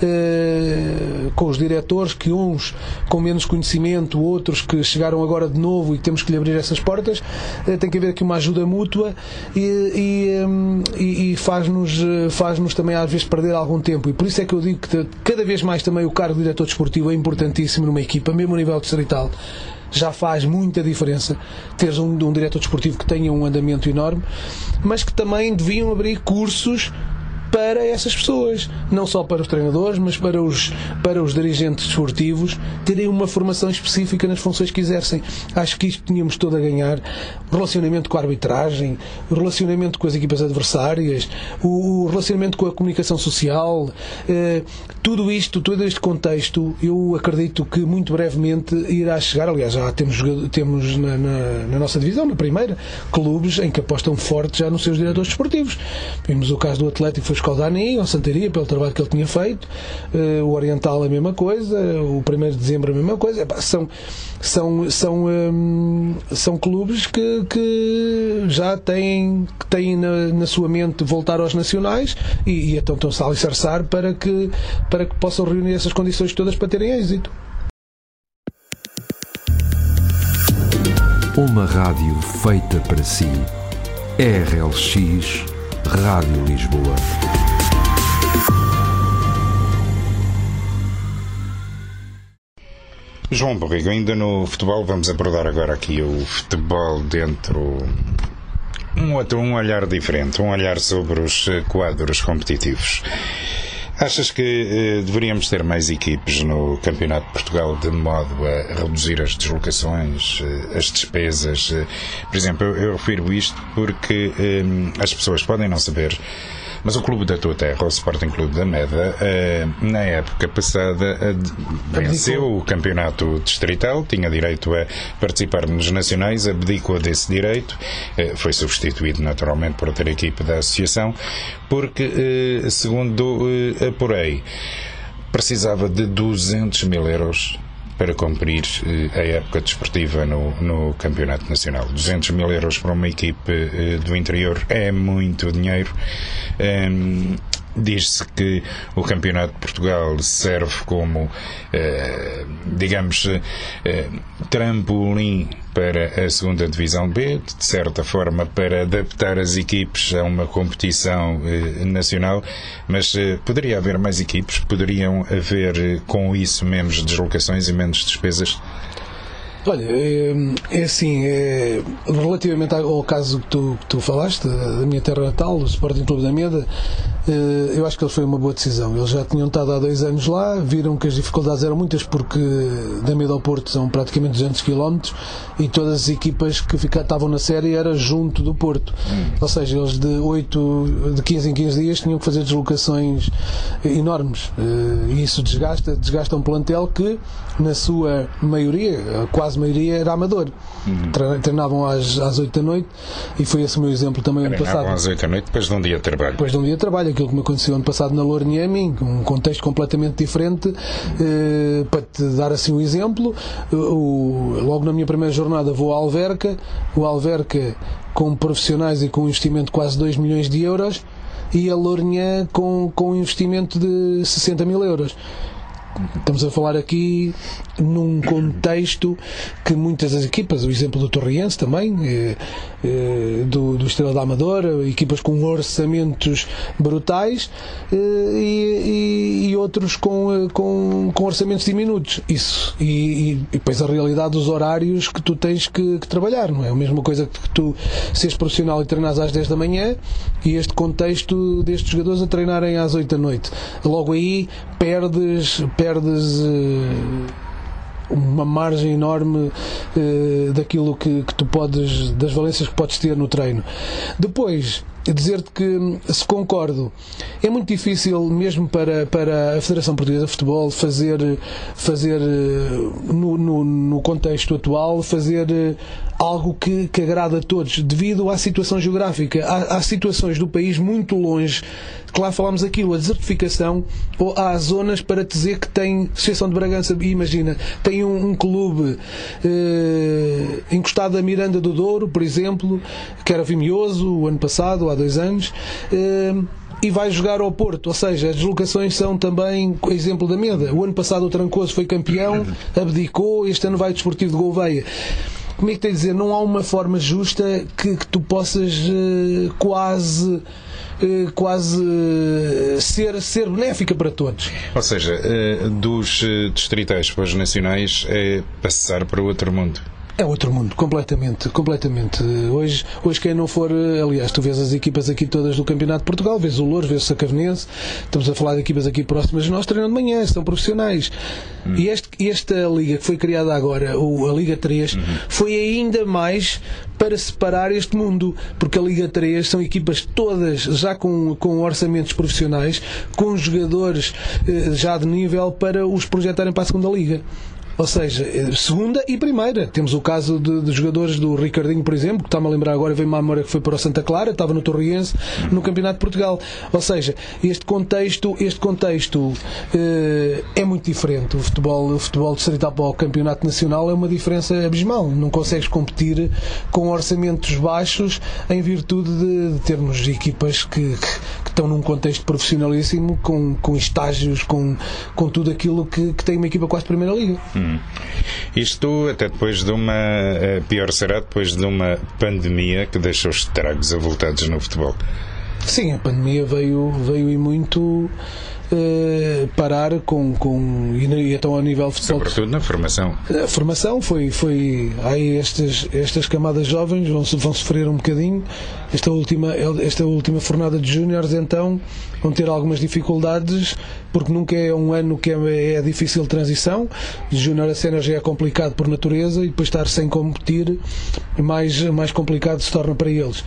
eh, com os diretores, que uns com menos conhecimento, outros que chegaram agora de novo e temos que lhe abrir essas portas. Eh, tem que haver aqui uma ajuda mútua e, e, e, e faz-nos, faz-nos também às vezes perder algum tempo, e por isso é que eu digo que cada vez mais também o cargo de diretor desportivo é importantíssimo numa equipa, mesmo a nível distrital. Já faz muita diferença teres um, um diretor desportivo que tenha um andamento enorme, mas que também deviam abrir cursos para essas pessoas, não só para os treinadores, mas para os, para os dirigentes desportivos terem uma formação específica nas funções que exercem. Acho que isto tínhamos todo a ganhar. O relacionamento com a arbitragem, o relacionamento com as equipas adversárias, o relacionamento com a comunicação social, eh, tudo isto, todo este contexto, eu acredito que muito brevemente irá chegar. Aliás, já temos, temos na, na, na nossa divisão, na primeira, clubes em que apostam forte já nos seus diretores desportivos. Vimos o caso do Atlético, foi o Dani, o Santaria, pelo trabalho que ele tinha feito, uh, o Oriental a mesma coisa, o primeiro de dezembro a mesma coisa. Epá, são, são, são, um, são clubes que, que já têm, que têm na, na sua mente voltar aos nacionais e, e então estão-se a alicerçar para que, para que possam reunir essas condições todas para terem êxito. Uma rádio feita para si. R L X Rádio Lisboa. João Borrego, ainda no futebol, vamos abordar agora aqui o futebol dentro um outro, um olhar diferente, um olhar sobre os quadros competitivos. Achas que eh, deveríamos ter mais equipes no Campeonato de Portugal de modo a reduzir as deslocações, eh, as despesas? Eh, por exemplo, eu, eu refiro isto porque eh, as pessoas podem não saber, mas o clube da tua terra, o Sporting Clube da Meda, eh, na época passada eh, venceu o campeonato distrital, tinha direito a participar nos nacionais, abdicou desse direito, eh, foi substituído naturalmente por outra equipe da associação, porque, eh, segundo eh, apurei, precisava de duzentos mil euros para cumprir eh, a época desportiva no, no Campeonato Nacional. duzentos mil euros para uma equipe eh, do interior é muito dinheiro. Um, Diz-se que o Campeonato de Portugal serve como, eh, digamos, eh, trampolim para a segunda Divisão B, de certa forma para adaptar as equipes a uma competição eh, nacional, mas eh, poderia haver mais equipes, poderiam haver eh, com isso menos deslocações e menos despesas? Olha, é, é assim, é, relativamente ao caso que tu, que tu falaste, da minha terra natal, do Sporting Clube da Meda, é, eu acho que foi uma boa decisão. Eles já tinham estado há dois anos lá, viram que as dificuldades eram muitas, porque da Meda ao Porto são praticamente duzentos quilómetros e todas as equipas que ficavam, estavam na série era junto do Porto. Hum. Ou seja, eles de, oito, de quinze em quinze dias tinham que fazer deslocações enormes. E isso desgasta, desgasta um plantel que, na sua maioria, quase maioria, era amador. Uhum. Treinavam às, às oito da noite e foi esse o meu exemplo também ano passado. Treinavam às oito da noite depois de um dia de trabalho. Depois de um dia de trabalho, aquilo que me aconteceu ano passado na Lourinhã, um contexto completamente diferente. Eh, para te dar assim um exemplo, o, logo na minha primeira jornada vou à Alverca, o Alverca com profissionais e com um investimento de quase dois milhões de euros, e a Lourinhã com, com um investimento de sessenta mil euros. Estamos a falar aqui num contexto que muitas das equipas, o exemplo do Torriense também, é, é, do, do Estrela da Amadora, equipas com orçamentos brutais, é, e, e outros com, com, com orçamentos diminutos. Isso. E, e, e depois a realidade dos horários que tu tens que, que trabalhar, não é? A mesma coisa que tu seres profissional e treinares às dez da manhã, e este contexto destes jogadores a treinarem às oito da noite. Logo aí perdes perdes uh, uma margem enorme uh, daquilo que, que tu podes, das valências que podes ter no treino. Depois, dizer-te que, se concordo, é muito difícil mesmo para, para a Federação Portuguesa de Futebol fazer, fazer no, no, no contexto atual, fazer algo que, que agrada a todos, devido à situação geográfica. Há, há situações do país muito longe, que lá falámos aquilo, a desertificação, ou há zonas para dizer que tem, Associação de Bragança, imagina, tem um, um clube eh, encostado a Miranda do Douro, por exemplo, que era Vimioso o ano passado, há dois anos, eh, e vai jogar ao Porto, ou seja, as deslocações são também exemplo da Meda. O ano passado o Trancoso foi campeão, abdicou, este ano vai o Desportivo de Gouveia. Como é que tem a dizer? Não há uma forma justa que, que tu possas uh, quase uh, quase uh, ser, ser benéfica para todos. Ou seja, uh, dos uh, distritais para os nacionais é passar para outro mundo. É outro mundo, completamente, completamente. Hoje, hoje quem não for, aliás, tu vês as equipas aqui todas do Campeonato de Portugal, vês o Louros, vês o Sacavenense, estamos a falar de equipas aqui próximas de nós, treinam de manhã, são profissionais. Hum. E este, esta liga que foi criada agora, a Liga três, uhum. foi ainda mais para separar este mundo, porque a Liga três são equipas todas já com, com orçamentos profissionais, com jogadores eh, já de nível para os projetarem para a segunda liga. Ou seja, segunda e primeira. Temos o caso de, de jogadores do Ricardinho, por exemplo, que está-me a lembrar agora, veio-me à memória que foi para o Santa Clara, estava no Torriense, no Campeonato de Portugal. Ou seja, este contexto, este contexto eh, é muito diferente. O futebol, o futebol distrital para o Campeonato Nacional é uma diferença abismal. Não consegues competir com orçamentos baixos em virtude de, de termos equipas que, que, que estão num contexto profissionalíssimo, com, com estágios, com, com tudo aquilo que, que tem uma equipa quase de Primeira Liga. Hum. Isto até depois de uma, pior será depois de uma pandemia que deixou estragos avultados no futebol. Sim, a pandemia veio, veio e muito eh, parar com, com e então ao nível de futebol. Sobretudo na formação. A formação foi, foi aí estas, estas camadas jovens vão, vão sofrer um bocadinho. Esta última, esta última fornada de júniores então vão ter algumas dificuldades, porque nunca é um ano que é, é difícil de transição. De júnior a sénior já é complicado por natureza, e depois estar sem competir mais, mais complicado se torna para eles.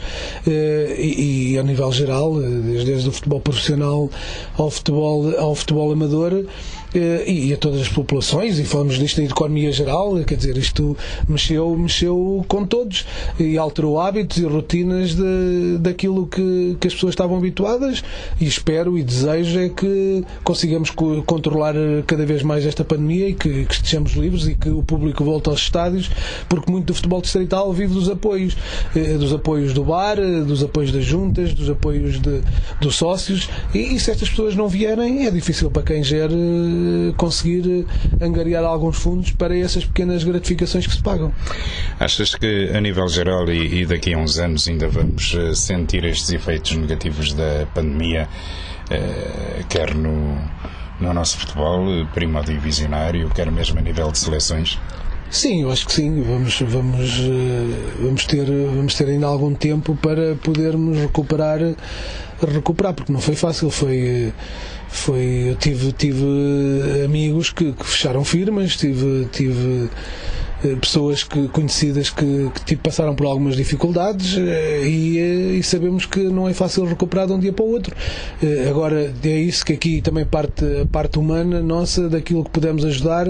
E, e a nível geral, desde, desde o futebol profissional ao futebol, ao futebol amador, e a todas as populações, e falamos disto em economia geral, quer dizer, isto mexeu, mexeu com todos e alterou hábitos e rotinas de, daquilo que, que as pessoas estavam habituadas, e espero e desejo é que consigamos controlar cada vez mais esta pandemia e que, que estejamos livres e que o público volte aos estádios, porque muito do futebol distrital vive dos apoios, dos apoios do bar, dos apoios das juntas, dos apoios de, dos sócios, e, e se estas pessoas não vierem, é difícil para quem gere conseguir angariar alguns fundos para essas pequenas gratificações que se pagam. Achas que a nível geral e, e daqui a uns anos ainda vamos sentir estes efeitos negativos da pandemia, eh, quer no, no nosso futebol primodivisionário, quer mesmo a nível de seleções? Sim, eu acho que sim. Vamos, vamos, vamos, ter, vamos ter ainda algum tempo para podermos recuperar, recuperar porque não foi fácil. Foi, foi, eu tive, tive amigos que, que fecharam firmas, tive, tive pessoas que, conhecidas que, que tipo, passaram por algumas dificuldades e, e sabemos que não é fácil recuperar de um dia para o outro. Agora, é isso que aqui também parte a parte humana nossa, daquilo que podemos ajudar,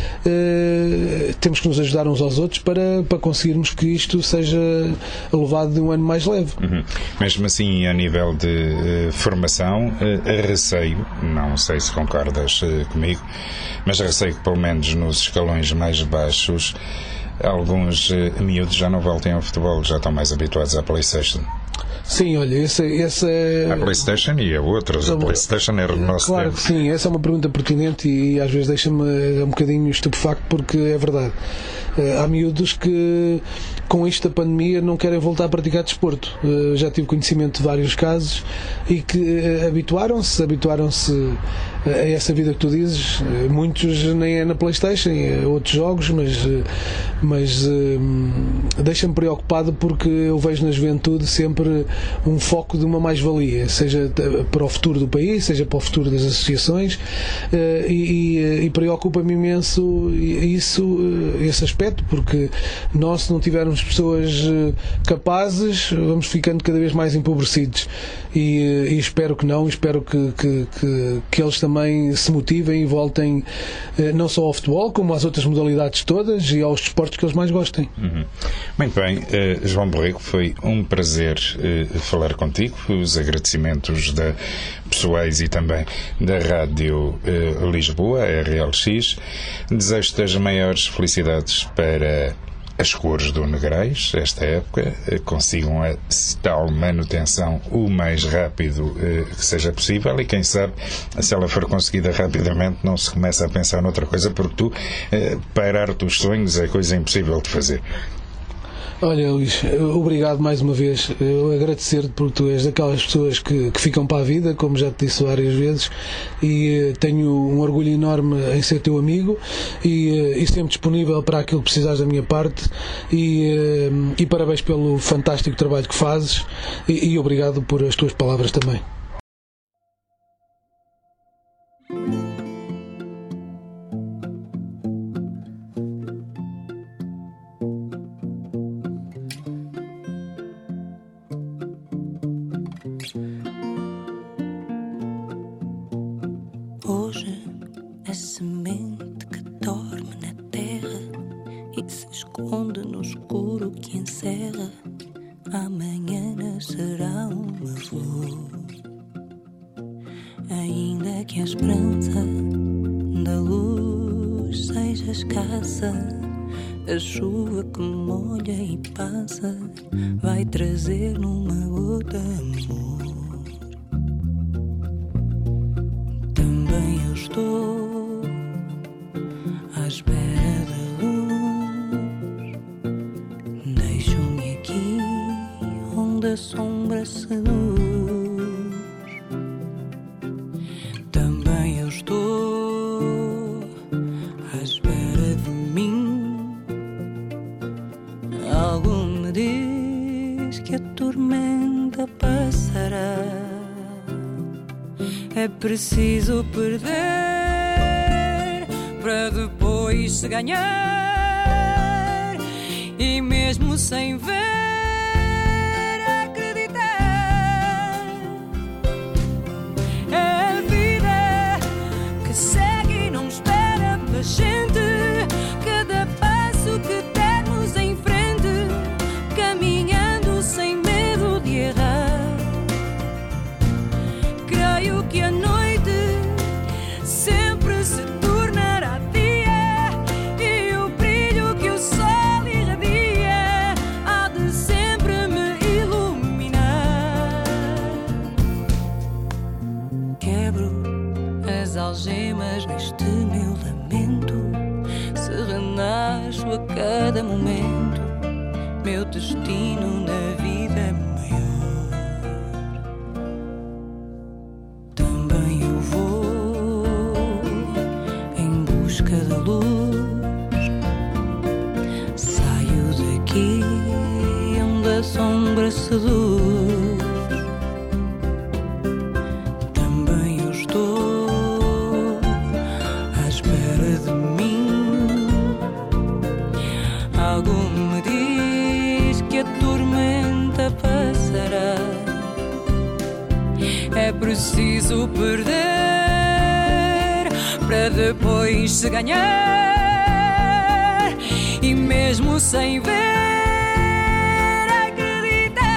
temos que nos ajudar uns aos outros para, para conseguirmos que isto seja levado de um ano mais leve. Uhum. Mesmo assim, a nível de uh, formação, uh, receio, não sei se concordas uh, comigo, mas receio que pelo menos nos escalões mais baixos alguns uh, miúdos já não voltem ao futebol, já estão mais habituados à PlayStation. Sim, olha, essa, essa é... A PlayStation e a outras. A PlayStation era o nosso Claro tempo. que sim, essa é uma pergunta pertinente e, e às vezes deixa-me um bocadinho estupefacto, porque é verdade. Há miúdos que com isto da pandemia não querem voltar a praticar desporto. Já tive conhecimento de vários casos e que habituaram-se, habituaram-se a essa vida que tu dizes. Muitos nem é na PlayStation, é outros jogos, mas, mas deixa-me preocupado, porque eu vejo na juventude sempre um foco de uma mais-valia, seja para o futuro do país, seja para o futuro das associações, e, e, e preocupa-me imenso isso, esse aspecto, porque nós, se não tivermos pessoas capazes, vamos ficando cada vez mais empobrecidos, e, e espero que não, espero que, que, que, que eles também se motivem e voltem não só ao futebol, como às outras modalidades todas e aos desportos que eles mais gostem. Uhum. Muito bem, uh, João Borrego, foi um prazer uh, falar contigo, os agradecimentos da pessoais e também da Rádio uh, Lisboa, a R L X. Desejo-te as maiores felicidades para as cores do Negreiros, esta época, consigam a tal manutenção o mais rápido eh, que seja possível, e quem sabe, se ela for conseguida rapidamente, não se começa a pensar noutra coisa, porque tu, eh, parar-te os sonhos é coisa impossível de fazer. Olha, Luís, obrigado mais uma vez. Eu agradecer-te, porque tu és daquelas pessoas que, que ficam para a vida, como já te disse várias vezes, e uh, tenho um orgulho enorme em ser teu amigo e, uh, e sempre disponível para aquilo que precisares da minha parte, e, uh, e parabéns pelo fantástico trabalho que fazes, e, e obrigado por as tuas palavras também. Hoje a semente que dorme na terra e se esconde no escuro que encerra, amanhã nascerá uma flor. Ainda que a esperança da luz seja escassa, a chuva que molha e passa vai trazer numa gota amor. Também eu estou à espera da luz. Deixo-me aqui onde a sombra seduz. Também eu estou à espera de mim. Algo me diz que a tormenta passará. É preciso perder para depois se ganhar, e mesmo sem ver, acreditar. É a vida que segue e não espera pela gente. Cada passo que dermos em frente, caminhando sem medo de errar. Creio que a noite sempre se tornará dia, e o brilho que o sol irradia há de sempre me iluminar. Quebro as algemas neste meu lamento, se renasço a cada momento, meu destino na vida é maior. Da luz preciso perder para depois se ganhar, e mesmo sem ver acreditar.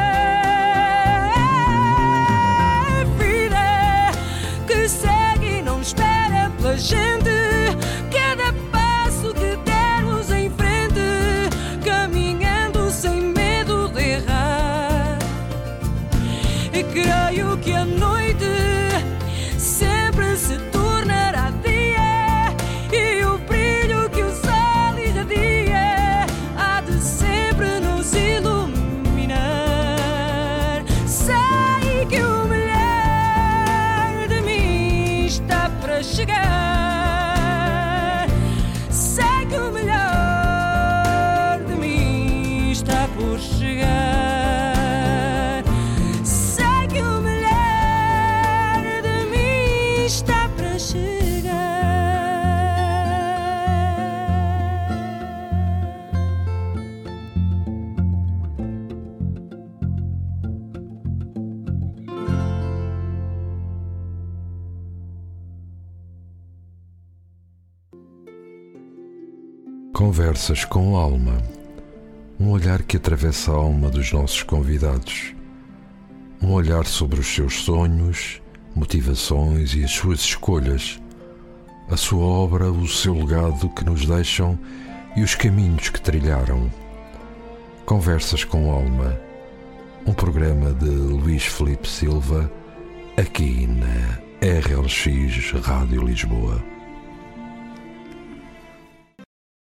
A vida que segue e não espera pela gente, cada passo que dermos em frente, caminhando sem medo de errar. E creio que a noite sempre se tornará dia, e o brilho que o sol irradia há de sempre nos iluminar. Sei que o melhor de mim está para chegar. Sei que o melhor de mim está por chegar. Sei que o melhor de mim está para chegar. Conversas com alma. Um olhar que atravessa a alma dos nossos convidados. Um olhar sobre os seus sonhos, motivações e as suas escolhas. A sua obra, o seu legado que nos deixam e os caminhos que trilharam. Conversas com alma. Um programa de Luís Filipe Silva, aqui na R L X Rádio Lisboa.